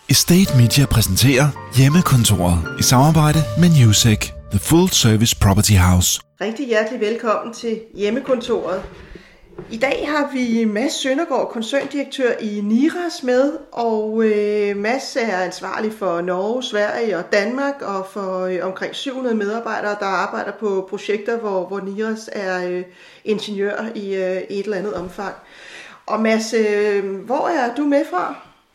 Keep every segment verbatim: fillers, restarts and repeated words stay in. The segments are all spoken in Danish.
Estate Media præsenterer Hjemmekontoret i samarbejde med Newsec, The Full Service Property House. Rigtig hjertelig velkommen til Hjemmekontoret. I dag har vi Mads Søndergaard, koncerndirektør i Niras med, og øh, Mads er ansvarlig for Norge, Sverige og Danmark, og for øh, omkring syv hundrede medarbejdere, der arbejder på projekter, hvor, hvor Niras er øh, ingeniør i øh, et eller andet omfang. Og Mads, øh, hvor er du med fra?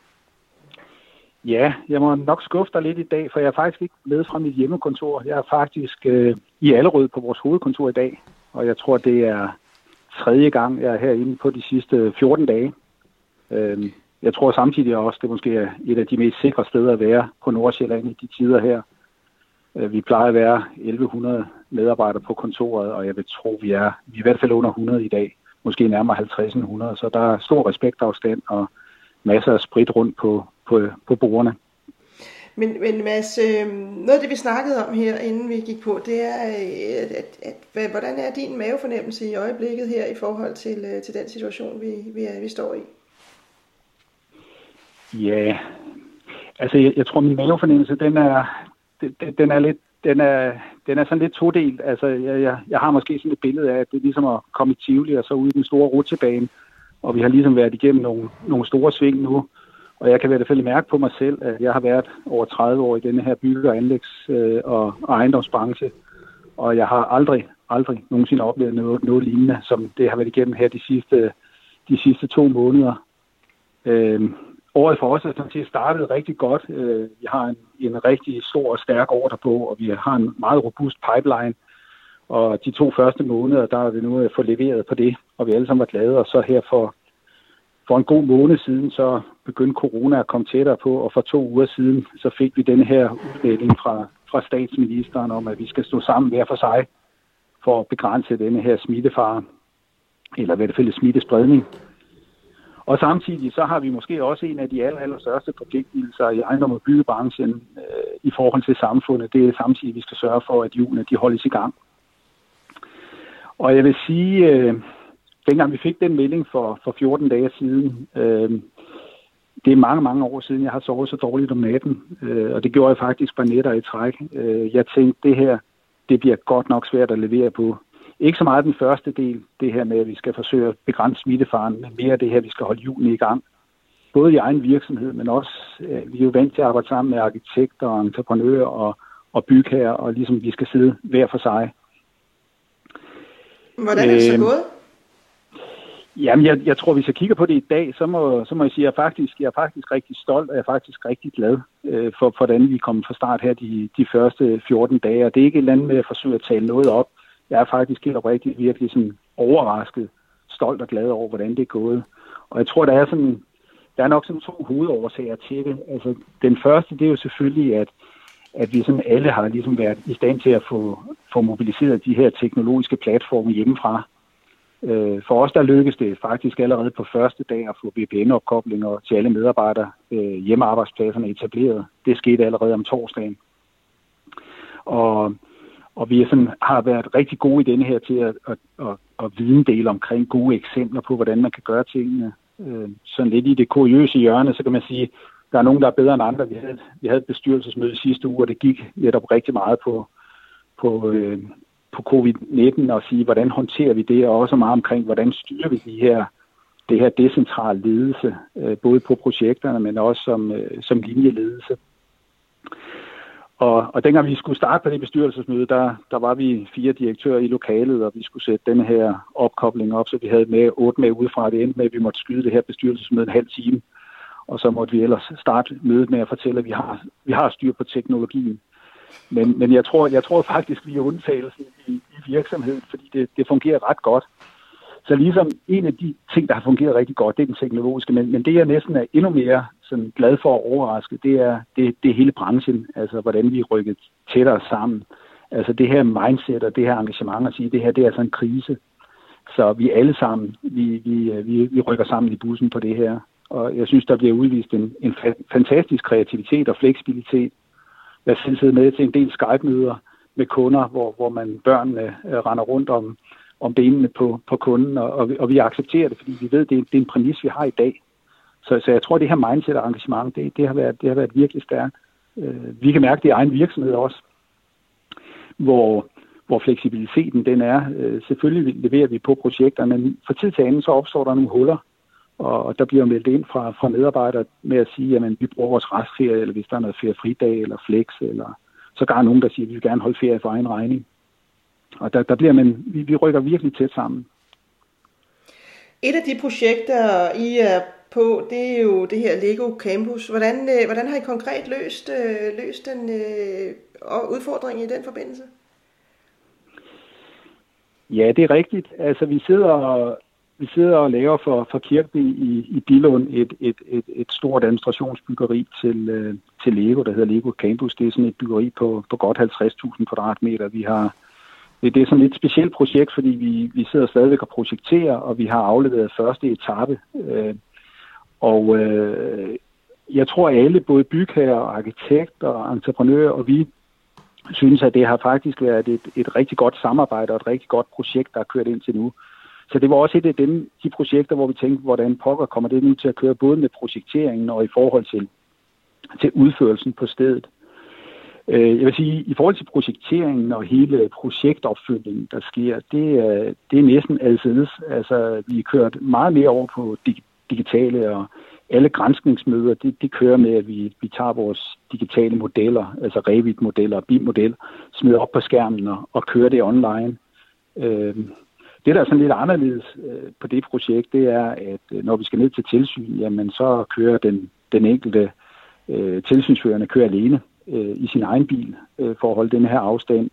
Ja, jeg må nok skuffe dig lidt i dag, for jeg er faktisk ikke med fra mit hjemmekontor. Jeg er faktisk øh, i Allerød på vores hovedkontor i dag, og jeg tror, det er tredje gang, jeg er herinde på de sidste fjorten dage. Øh, jeg tror samtidig også, det måske er et af de mest sikre steder at være på Nordsjælland i de tider her. Øh, vi plejer at være elleve hundrede medarbejdere på kontoret, og jeg vil tro, vi er, vi er i hvert fald under hundrede i dag. Måske nærmere halvtreds hundrede, så der er stor respektafstand og masser af sprit rundt på På, på bordene. Men, men Mads, øh, noget af det, vi snakkede om her, inden vi gik på, det er, at, at, at, hvordan er din mavefornemmelse i øjeblikket her i forhold til, til den situation, vi, vi, er, vi står i? Ja, altså jeg, jeg tror, min mavefornemmelse, den er, den, den er lidt, den er, den er sådan lidt todelt. Altså jeg, jeg, jeg har måske sådan et billede af, at det er ligesom at komme i Tivoli og så ud i den store rutsjebane, og vi har ligesom været igennem nogle, nogle store sving nu. Og jeg kan i hvert fald mærke på mig selv, at jeg har været over tredive år i denne her bygge- og anlægs- øh, og ejendomsbranche. Og jeg har aldrig, aldrig nogensinde oplevet noget, noget lignende, som det har været igennem her de sidste, de sidste to måneder. Øh, året for os er sådan set startet rigtig godt. Øh, vi har en, en rigtig stor og stærk ordre på, og vi har en meget robust pipeline. Og de to første måneder, der er vi nu fået leveret på det, og vi alle sammen var glade. Og så her for For en god måned siden, så begyndte corona at komme tættere på, og for to uger siden, så fik vi denne her udmelding fra, fra statsministeren om, at vi skal stå sammen hver for sig for at begrænse denne her smittefare, eller i hvert fald smittespredning. Og samtidig så har vi måske også en af de aller, aller største forpligtelser i ejendom- og byggebranchen øh, i forhold til samfundet. Det er samtidig, at vi skal sørge for, at hjulene de holdes i gang. Og jeg vil sige... Øh, Dengang vi fik den melding for, for fjorten dage siden, øh, det er mange, mange år siden, jeg har sovet så dårligt om natten, øh, og det gjorde jeg faktisk på nætter i træk. Øh, jeg tænkte, det her, det bliver godt nok svært at levere på. Ikke så meget den første del, det her med, at vi skal forsøge at begrænse smittefaren, men mere det her, vi skal holde hjulene i gang. Både i egen virksomhed, men også, øh, vi er jo vant til at arbejde sammen med arkitekter og entreprenører og, og bygherrer, og ligesom vi skal sidde hver for sig. Hvordan er det så gået? Jamen, jeg, jeg tror, hvis jeg kigger på det i dag, så må, så må jeg sige, at jeg, faktisk, jeg er faktisk rigtig stolt, og jeg er faktisk rigtig glad øh, for, for, hvordan vi er kommet fra start her de, de første fjorten dage. Og det er ikke et eller andet med at forsøge at tale noget op. Jeg er faktisk helt oprigtigt virkelig sådan overrasket, stolt og glad over, hvordan det er gået. Og jeg tror, der er, sådan, der er nok sådan to hovedårsager til det. Altså, den første, det er jo selvfølgelig, at, at vi sådan alle har ligesom været i stand til at få, få mobiliseret de her teknologiske platforme hjemmefra. For os der lykkedes det faktisk allerede på første dag at få V P N-opkoblinger til alle medarbejdere øh, hjemmearbejdspladserne etableret. Det skete allerede om torsdagen. Og, og vi er sådan, har været rigtig gode i denne her til at, at, at, at videndele omkring gode eksempler på, hvordan man kan gøre tingene. Øh, sådan lidt i det kuriøse hjørne, så kan man sige, der er nogen, der er bedre end andre. Vi havde, vi havde et bestyrelsesmøde sidste uge, og det gik netop rigtig meget på... på øh, på covid nitten og sige, hvordan håndterer vi det, og også meget omkring, hvordan styrer vi de her, det her decentrale ledelse, både på projekterne, men også som, som linjeledelse. Og, og dengang vi skulle starte på det bestyrelsesmøde, der, der var vi fire direktører i lokalet, og vi skulle sætte den her opkobling op, så vi havde med otte med udefra. Det endte med, at vi måtte skyde det her bestyrelsesmøde en halv time, og så måtte vi ellers starte mødet med at fortælle, at vi har, vi har styr på teknologien. Men, men jeg tror, jeg tror faktisk, vi er undtagelsen i, i virksomheden, fordi det, det fungerer ret godt. Så ligesom en af de ting, der har fungeret rigtig godt, det er den teknologiske, men, men det jeg næsten er endnu mere sådan glad for at overraske, det er, det, det er hele branchen, altså hvordan vi er rykket tættere sammen. Altså det her mindset og det her engagement at sige, det her det er altså en krise. Så vi alle sammen, vi, vi, vi, vi rykker sammen i bussen på det her. Og jeg synes, der bliver udvist en, en fantastisk kreativitet og fleksibilitet. Jeg har selv siddet med til en del Skype-møder med kunder, hvor, hvor man børnene øh, render rundt om, om benene på, på kunden, og, og, vi, og vi accepterer det, fordi vi ved, det er, det er en præmis, vi har i dag. Så, så jeg tror, at det her mindset og engagement, det, det, har, været, det har været virkelig stærkt. Øh, vi kan mærke det i egen virksomhed også, hvor, hvor fleksibiliteten den er. Øh, selvfølgelig leverer vi på projekter, men for tid til anden så opstår der nogle huller, og der bliver meldt ind fra, fra medarbejdere med at sige, at vi bruger vores restferie, eller hvis der er noget feriefridag eller flex, eller så gør nogen, der siger, at vi vil gerne holde ferie for egen regning. Og der, der bliver man, vi, vi rykker virkelig tæt sammen. Et af de projekter, I er på, det er jo det her Lego Campus. Hvordan, hvordan har I konkret løst, løst den øh, udfordring i den forbindelse? Ja, det er rigtigt. Altså, vi sidder, vi sidder og laver for, for Kirkeby i, i Billund et, et, et, et stort administrationsbyggeri til, øh, til Lego, der hedder Lego Campus. Det er sådan et byggeri på, på godt halvtreds tusind kvadratmeter. Vi har Det er sådan et specielt projekt, fordi vi, vi sidder stadigvæk og projekterer, og vi har afleveret første etape. Øh, og øh, jeg tror, at alle, både bygherrer, arkitekter og entreprenører, og vi synes, at det har faktisk været et, et rigtig godt samarbejde og et rigtig godt projekt, der er kørt ind til nu. Så det var også et af dem, de projekter, hvor vi tænkte, hvordan pokker kommer det nu til at køre, både med projekteringen og i forhold til, til udførelsen på stedet. Jeg vil sige, i forhold til projekteringen og hele projektopfølgningen, der sker, det er, det er næsten alsides. Altså, vi har kørt meget mere over på digitale, og alle granskningsmøder, det, det kører med, at vi, vi tager vores digitale modeller, altså Revit-modeller og B I M-model, smider op på skærmen og, og kører det online. Det, der er sådan lidt anderledes på det projekt, det er, at når vi skal ned til tilsyn, jamen så kører den, den enkelte tilsynsførende kører alene i sin egen bil for at holde den her afstand.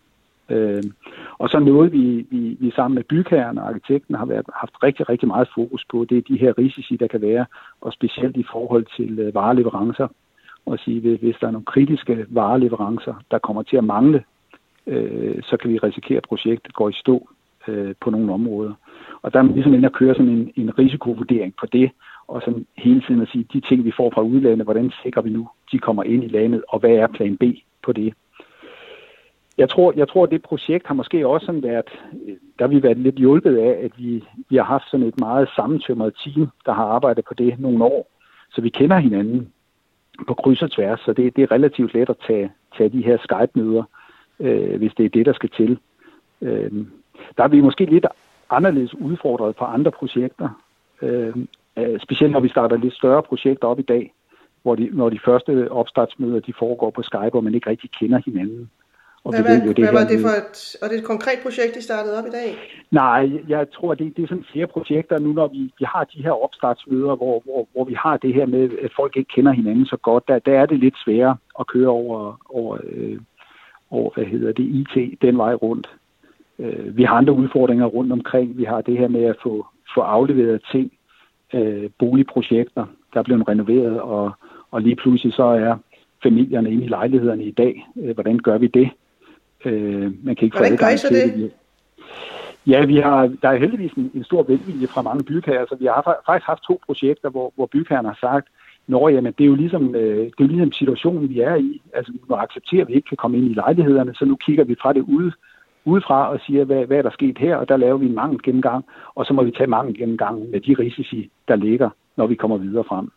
Og så noget, vi, vi, vi sammen med bygherren og arkitekten har været, haft rigtig, rigtig meget fokus på, det er de her risici, der kan være, og specielt i forhold til vareleverancer. Og sige, hvis der er nogle kritiske vareleverancer, der kommer til at mangle, så kan vi risikere, at projektet går i stå på nogle områder. Og der er man ligesom inde at køre sådan en, en risikovurdering på det, og sådan hele tiden at sige, de ting, vi får fra udlandet, hvordan sikrer vi nu, de kommer ind i landet, og hvad er plan B på det? Jeg tror, jeg tror, at det projekt har måske også sådan været, der har vi været lidt hjulpet af, at vi, vi har haft sådan et meget sammentømret team, der har arbejdet på det nogle år, så vi kender hinanden på kryds og tværs, så det, det er relativt let at tage, tage de her Skype-møder, øh, hvis det er det, der skal til. Øh, der er vi måske lidt anderledes udfordret på andre projekter, øh, specielt når vi starter lidt større projekter op i dag, hvor de, når de første opstartsmøder de foregår på Skype, hvor man ikke rigtig kender hinanden. Og hvad vi ved jo, det hvad var her, det for et, og det er et konkret projekt, I startede op i dag? Nej, jeg tror, det, det er sådan flere projekter nu, når vi, vi har de her opstartsmøder, hvor, hvor, hvor vi har det her med, at folk ikke kender hinanden så godt. Der, der er det lidt sværere at køre over, over, øh, over hvad hedder det, I T den vej rundt. Øh, vi har andre udfordringer rundt omkring. Vi har det her med at få, få afleveret ting, øh, boligprojekter, der er blevet renoveret, og, og lige pludselig så er familierne inde i lejlighederne i dag. Øh, hvordan gør vi det? Øh, man kan ikke Hvordan få gør I så det? det? Ja, vi har, der er heldigvis en, en stor velvilje fra mange bygherrer. Så vi har faktisk haft to projekter, hvor, hvor bygherren har sagt, Nå, jamen, det er jo ligesom, øh, det er jo ligesom situationen, vi er i. Altså, nu accepterer vi ikke kan komme ind i lejlighederne, så nu kigger vi fra det ude, udefra og siger, hvad, hvad er der sket her, og der laver vi en mangel gennemgang, og så må vi tage mangel gennemgang med de risici, der ligger, når vi kommer videre frem.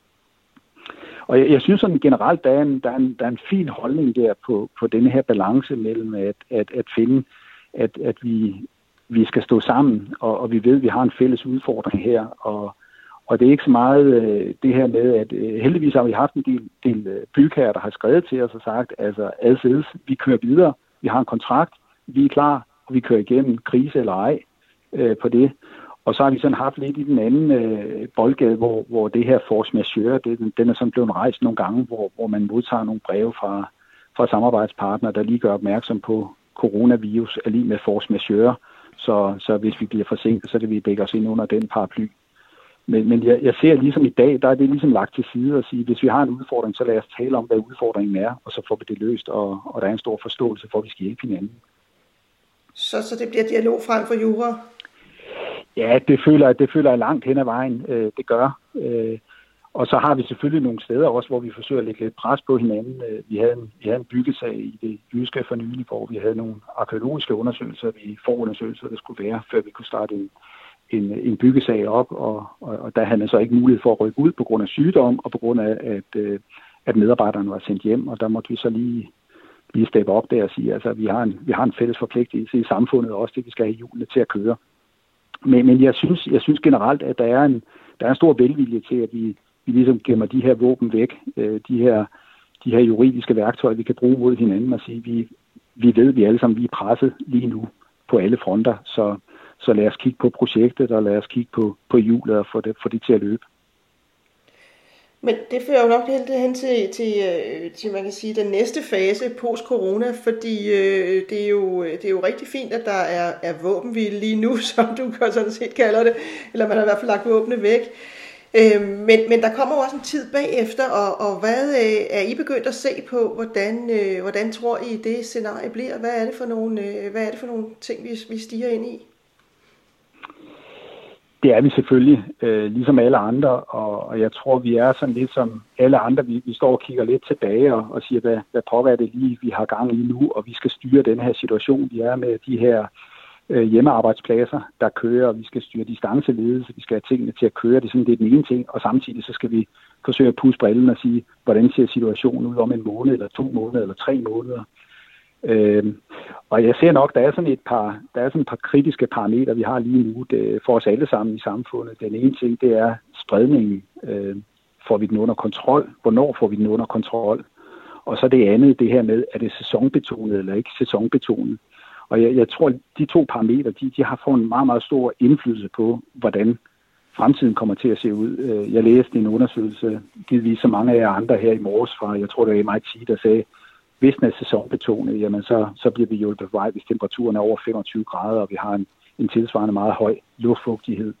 Og jeg, jeg synes sådan generelt, der er en, der er en, der er en fin holdning der på, på denne her balance mellem at, at, at finde, at, at vi, vi skal stå sammen, og, og vi ved, at vi har en fælles udfordring her, og, og det er ikke så meget øh, det her med, at øh, heldigvis har vi haft en del, del bygherrer, der har skrevet til os og sagt, altså adsides, vi kører videre, vi har en kontrakt, vi er klar, og vi kører igennem krise eller ej øh, på det. Og så har vi sådan haft lidt i den anden øh, boldgade, hvor, hvor det her force majeure, det, den er sådan blevet rejst nogle gange, hvor, hvor man modtager nogle breve fra, fra samarbejdspartnere, der lige gør opmærksom på coronavirus, er lige med force majeure. Så, så hvis vi bliver forsinket, så kan vi dække os ind under den paraply. Men, men jeg, jeg ser ligesom i dag, der er det ligesom lagt til side at sige, hvis vi har en udfordring, så lad os tale om, hvad udfordringen er, og så får vi det løst, og, og der er en stor forståelse for, at vi skal hjælpe hinanden. Så, så det bliver dialog frem for jura? Ja, det føler, det føler jeg langt hen ad vejen, øh, det gør. Øh, og så har vi selvfølgelig nogle steder også, hvor vi forsøger at lægge lidt pres på hinanden. Øh, vi, havde en, vi havde en byggesag i det jyske for nylig, hvor vi havde nogle arkæologiske undersøgelser, vi forundersøgelser, der skulle være, før vi kunne starte en, en, en byggesag op, og, og, og der havde man så ikke mulighed for at rykke ud på grund af sygdom, og på grund af, at, at medarbejderne var sendt hjem, og der måtte vi så lige, lige steppe op der og sige, altså vi har en, vi har en fælles forpligtelse i samfundet, også det vi skal have hjulene til at køre. Men, men jeg, synes, jeg synes generelt, at der er en, der er en stor velvilje til, at vi, vi ligesom gemmer de her våben væk, de her, de her juridiske værktøjer, vi kan bruge mod hinanden og sige, vi, vi ved, at vi alle sammen vi er presset lige nu på alle fronter, så, så lad os kigge på projektet, og lad os kigge på, på hjulet og få det, få det til at løbe. Men det fører jo nok helt hen til, til, til, man kan sige, den næste fase post-corona, fordi øh, det, er jo, det er jo rigtig fint, at der er, er våbenhvile lige nu, som du sådan set kalder det, eller man har i hvert fald lagt våbne væk. Øh, men, men der kommer jo også en tid bagefter, og, og hvad øh, er I begyndt at se på, hvordan, øh, hvordan tror I det scenarie bliver? Hvad er det for nogle, øh, hvad er det for nogle ting, vi, vi stiger ind i? Det er vi selvfølgelig, øh, ligesom alle andre, og, og jeg tror, vi er sådan lidt som alle andre. Vi, vi står og kigger lidt tilbage og, og siger, hvad, hvad pokker er det lige, vi har gang i nu, og vi skal styre den her situation, vi er med de her øh, hjemmearbejdspladser, der kører, og vi skal styre distanceledelse, vi skal have tingene til at køre, det er sådan det er den ene ting, og samtidig så skal vi forsøge at pusse brillen og sige, hvordan ser situationen ud om en måned, eller to måneder, eller tre måneder. Øh, og jeg ser nok, der er sådan et par, der er sådan et par kritiske parametre, vi har lige nu det, for os alle sammen i samfundet. Den ene ting, det er spredningen. Øh, får vi den under kontrol? Hvornår får vi den under kontrol? Og så det andet, det her med, er det sæsonbetonet eller ikke sæsonbetonet? Og jeg, jeg tror, de to parametre, de, de har fået en meget, meget stor indflydelse på, hvordan fremtiden kommer til at se ud. Jeg læste en undersøgelse, givetvis så mange af jer andre her i morges fra, jeg tror det var M I T, der sagde, hvis den er sæsonbetonet, jamen så, så bliver vi hjulpet på vej, hvis temperaturen er over femogtyve grader, og vi har en, en tilsvarende meget høj luftfugtighed.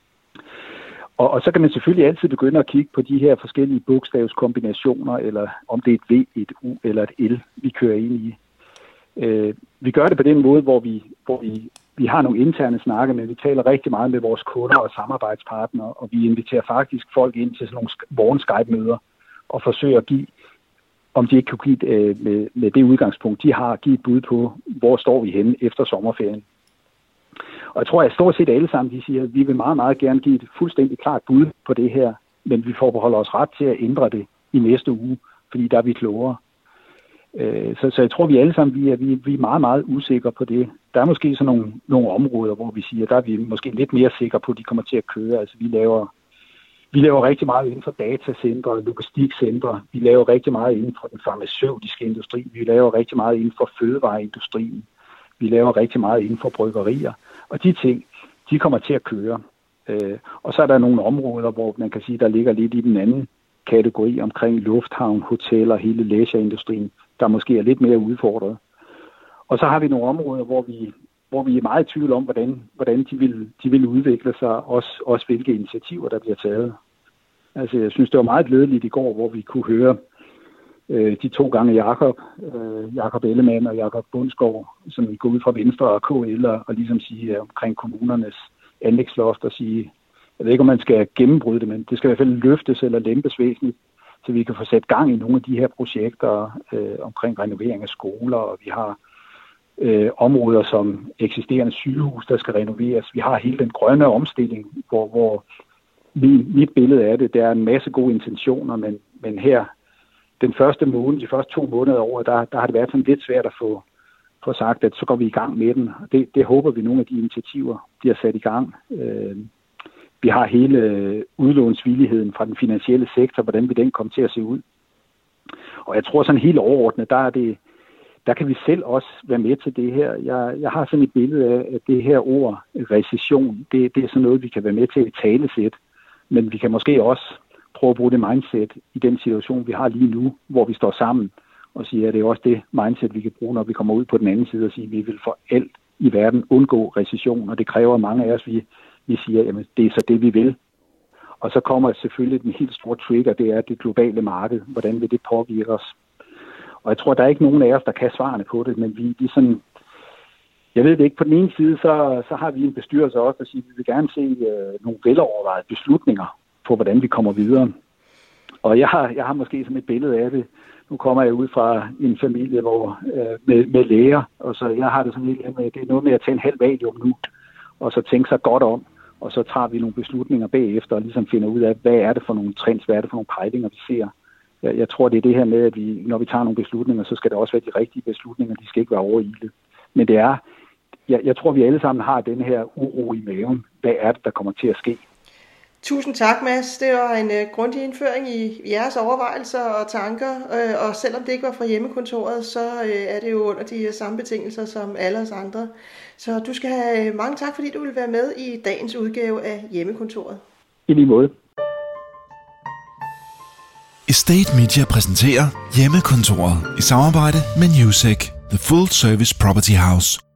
Og, og så kan man selvfølgelig altid begynde at kigge på de her forskellige bogstavskombinationer, eller om det er et V, et U eller et L, vi kører ind i. Øh, vi gør det på den måde, hvor vi, hvor vi, vi har nogle interne snakke, men vi taler rigtig meget med vores kunder og samarbejdspartnere, og vi inviterer faktisk folk ind til sådan nogle morgen Skype-møder og forsøger at give, om de ikke kunne give øh, med, med det udgangspunkt, de har givet bud på, hvor står vi henne efter sommerferien. Og jeg tror, at stort set alle sammen, de siger, at vi vil meget, meget gerne give et fuldstændig klart bud på det her, men vi forbeholder os ret til at ændre det i næste uge, fordi der er vi klogere. Øh, så, så jeg tror, vi alle sammen vi er, vi, vi er meget, meget usikre på det. Der er måske sådan nogle, nogle områder, hvor vi siger, der er vi måske lidt mere sikre på, at de kommer til at køre. Altså vi laver Vi laver rigtig meget inden for datacentre og logistikcentre. Vi laver rigtig meget inden for den farmaceutiske industri. Vi laver rigtig meget inden for fødevareindustrien. Vi laver rigtig meget inden for bryggerier. Og de ting, de kommer til at køre. Øh, og så er der nogle områder, hvor man kan sige, der ligger lidt i den anden kategori omkring lufthavn, hoteller, hele leisurindustrien, der måske er lidt mere udfordret. Og så har vi nogle områder, hvor vi hvor vi er meget i tvivl om, hvordan, hvordan de, vil, de vil udvikle sig, også, også hvilke initiativer, der bliver taget. Altså, jeg synes, det var meget glædeligt i går, hvor vi kunne høre øh, de to gange Jakob, øh, Jakob Ellemann og Jakob Bundsgaard, som går ud fra Venstre og K L og, og ligesom sige øh, omkring kommunernes anlægsloft og sige, jeg ved ikke, om man skal gennembryde det, men det skal i hvert fald løftes eller lempes væsentligt, så vi kan få sat gang i nogle af de her projekter øh, omkring renovering af skoler, og vi har Øh, områder som eksisterende sygehus, der skal renoveres. Vi har hele den grønne omstilling, hvor, hvor mit, mit billede af det, der er en masse gode intentioner, men, men her den første måned, de første to måneder over, der, der har det været sådan lidt svært at få, få sagt, at så går vi i gang med den. Det, det håber vi, nogle af de initiativer bliver sat i gang. Øh, vi har hele udlånsvilligheden fra den finansielle sektor, hvordan vil den komme til at se ud. Og jeg tror sådan helt overordnet, der er det Der kan vi selv også være med til det her. Jeg, jeg har sådan et billede af, at det her ord, recession, det, det er sådan noget, vi kan være med til at talesætte. Men vi kan måske også prøve at bruge det mindset i den situation, vi har lige nu, hvor vi står sammen og siger, at det er også det mindset, vi kan bruge, når vi kommer ud på den anden side og siger, at vi vil for alt i verden undgå recession. Og det kræver mange af os, vi, vi siger, at det er så det, vi vil. Og så kommer selvfølgelig den helt store trigger, det er det globale marked. Hvordan vil det påvirke os? Og jeg tror, der er ikke nogen af os, der kan svarene på det, men vi, vi er sådan, jeg ved det ikke, på den ene side, så, så har vi en bestyrelse også, der siger, at vi vil gerne se øh, nogle velovervejede beslutninger på, hvordan vi kommer videre. Og jeg har, jeg har måske sådan et billede af det. Nu kommer jeg ud fra en familie hvor, øh, med, med læger, og så jeg har det sådan lidt med, det er noget med at tage en halv valium nu, og så tænke sig godt om, og så tager vi nogle beslutninger bagefter og ligesom finder ud af, hvad er det for nogle trends, hvad er det for nogle pejlinger, vi ser. Jeg, jeg tror, det er det her med, at vi, når vi tager nogle beslutninger, så skal det også være de rigtige beslutninger, de skal ikke være overilet. Men det er, jeg, jeg tror, vi alle sammen har den her uro i maven. Hvad er det, der kommer til at ske? Tusind tak, Mads. Det var en uh, grundig indføring i jeres overvejelser og tanker, uh, og selvom det ikke var fra hjemmekontoret, så uh, er det jo under de uh, samme betingelser som alle os andre. Så du skal have mange tak, fordi du vil være med i dagens udgave af Hjemmekontoret. I lige måde. Estate Media præsenterer Hjemmekontoret i samarbejde med Newsec, The Full Service Property House.